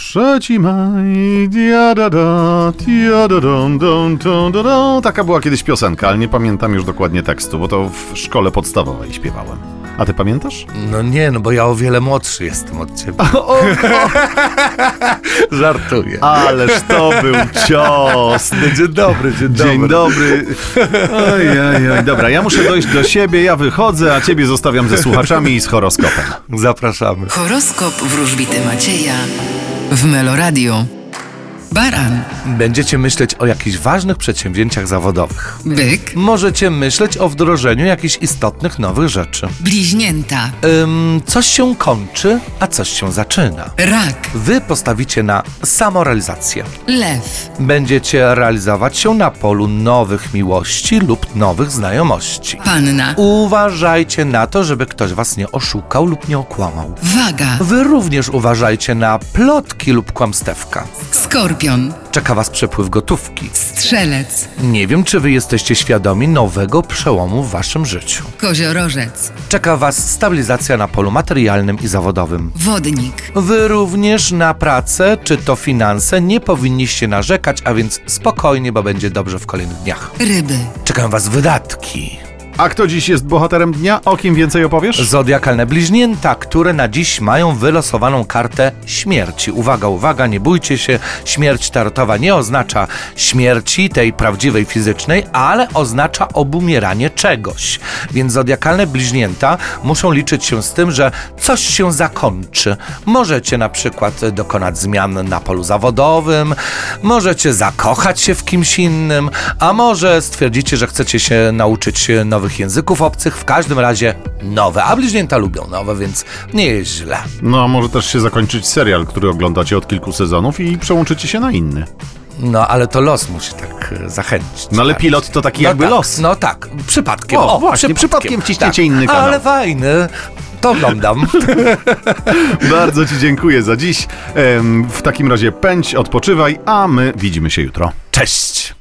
3 maj, taka była kiedyś piosenka, ale nie pamiętam już dokładnie tekstu, bo to w szkole podstawowej śpiewałem. A ty pamiętasz? No nie, no bo ja o wiele młodszy jestem od ciebie. Żartuję. Ależ to był cios. Dzień dobry, dzień dobry. Dzień dobry. Ojej, dobra, ja muszę dojść do siebie, ja wychodzę, a ciebie zostawiam ze słuchaczami i z horoskopem. Zapraszamy. Horoskop wróżbity Macieja w Meloradio. Baran, Będziecie myśleć o jakichś ważnych przedsięwzięciach zawodowych. byk, Możecie myśleć o wdrożeniu jakichś istotnych nowych rzeczy. bliźnięta, Coś się kończy, a coś się zaczyna. rak, Wy postawicie na samorealizację. lew, Będziecie realizować się na polu nowych miłości lub nowych znajomości. panna, Uważajcie na to, żeby ktoś was nie oszukał lub nie okłamał. waga, Wy również uważajcie na plotki lub kłamstewka. skorpion, Czeka was przepływ gotówki. strzelec, Nie wiem, czy wy jesteście świadomi nowego przełomu w waszym życiu. koziorożec, Czeka was stabilizacja na polu materialnym i zawodowym. wodnik, Wy również na pracę, czy to finanse, nie powinniście narzekać, a więc spokojnie, bo będzie dobrze w kolejnych dniach. ryby, Czekają was wydatki. A kto dziś jest bohaterem dnia? O kim więcej opowiesz? Zodiakalne bliźnięta, które na dziś mają wylosowaną kartę śmierci. Uwaga, uwaga, nie bójcie się, śmierć tarotowa nie oznacza śmierci, tej prawdziwej fizycznej, ale oznacza obumieranie czegoś. Więc zodiakalne bliźnięta muszą liczyć się z tym, że coś się zakończy. Możecie na przykład dokonać zmian na polu zawodowym, możecie zakochać się w kimś innym, a może stwierdzicie, że chcecie się nauczyć nowych języków obcych, w każdym razie nowe, a bliźnięta lubią nowe, więc nie jest źle. No, a może też się zakończyć serial, który oglądacie od kilku sezonów i przełączycie się na inny. No, ale to los musi tak zachęcić. No, ale tak. pilot to taki No jakby tak, los. No tak, przypadkiem. O, właśnie, przypadkiem wciśniecie inny kanał. Ale fajny, to oglądam. Bardzo ci dziękuję za dziś. W takim razie pędź, odpoczywaj, a my widzimy się jutro. Cześć!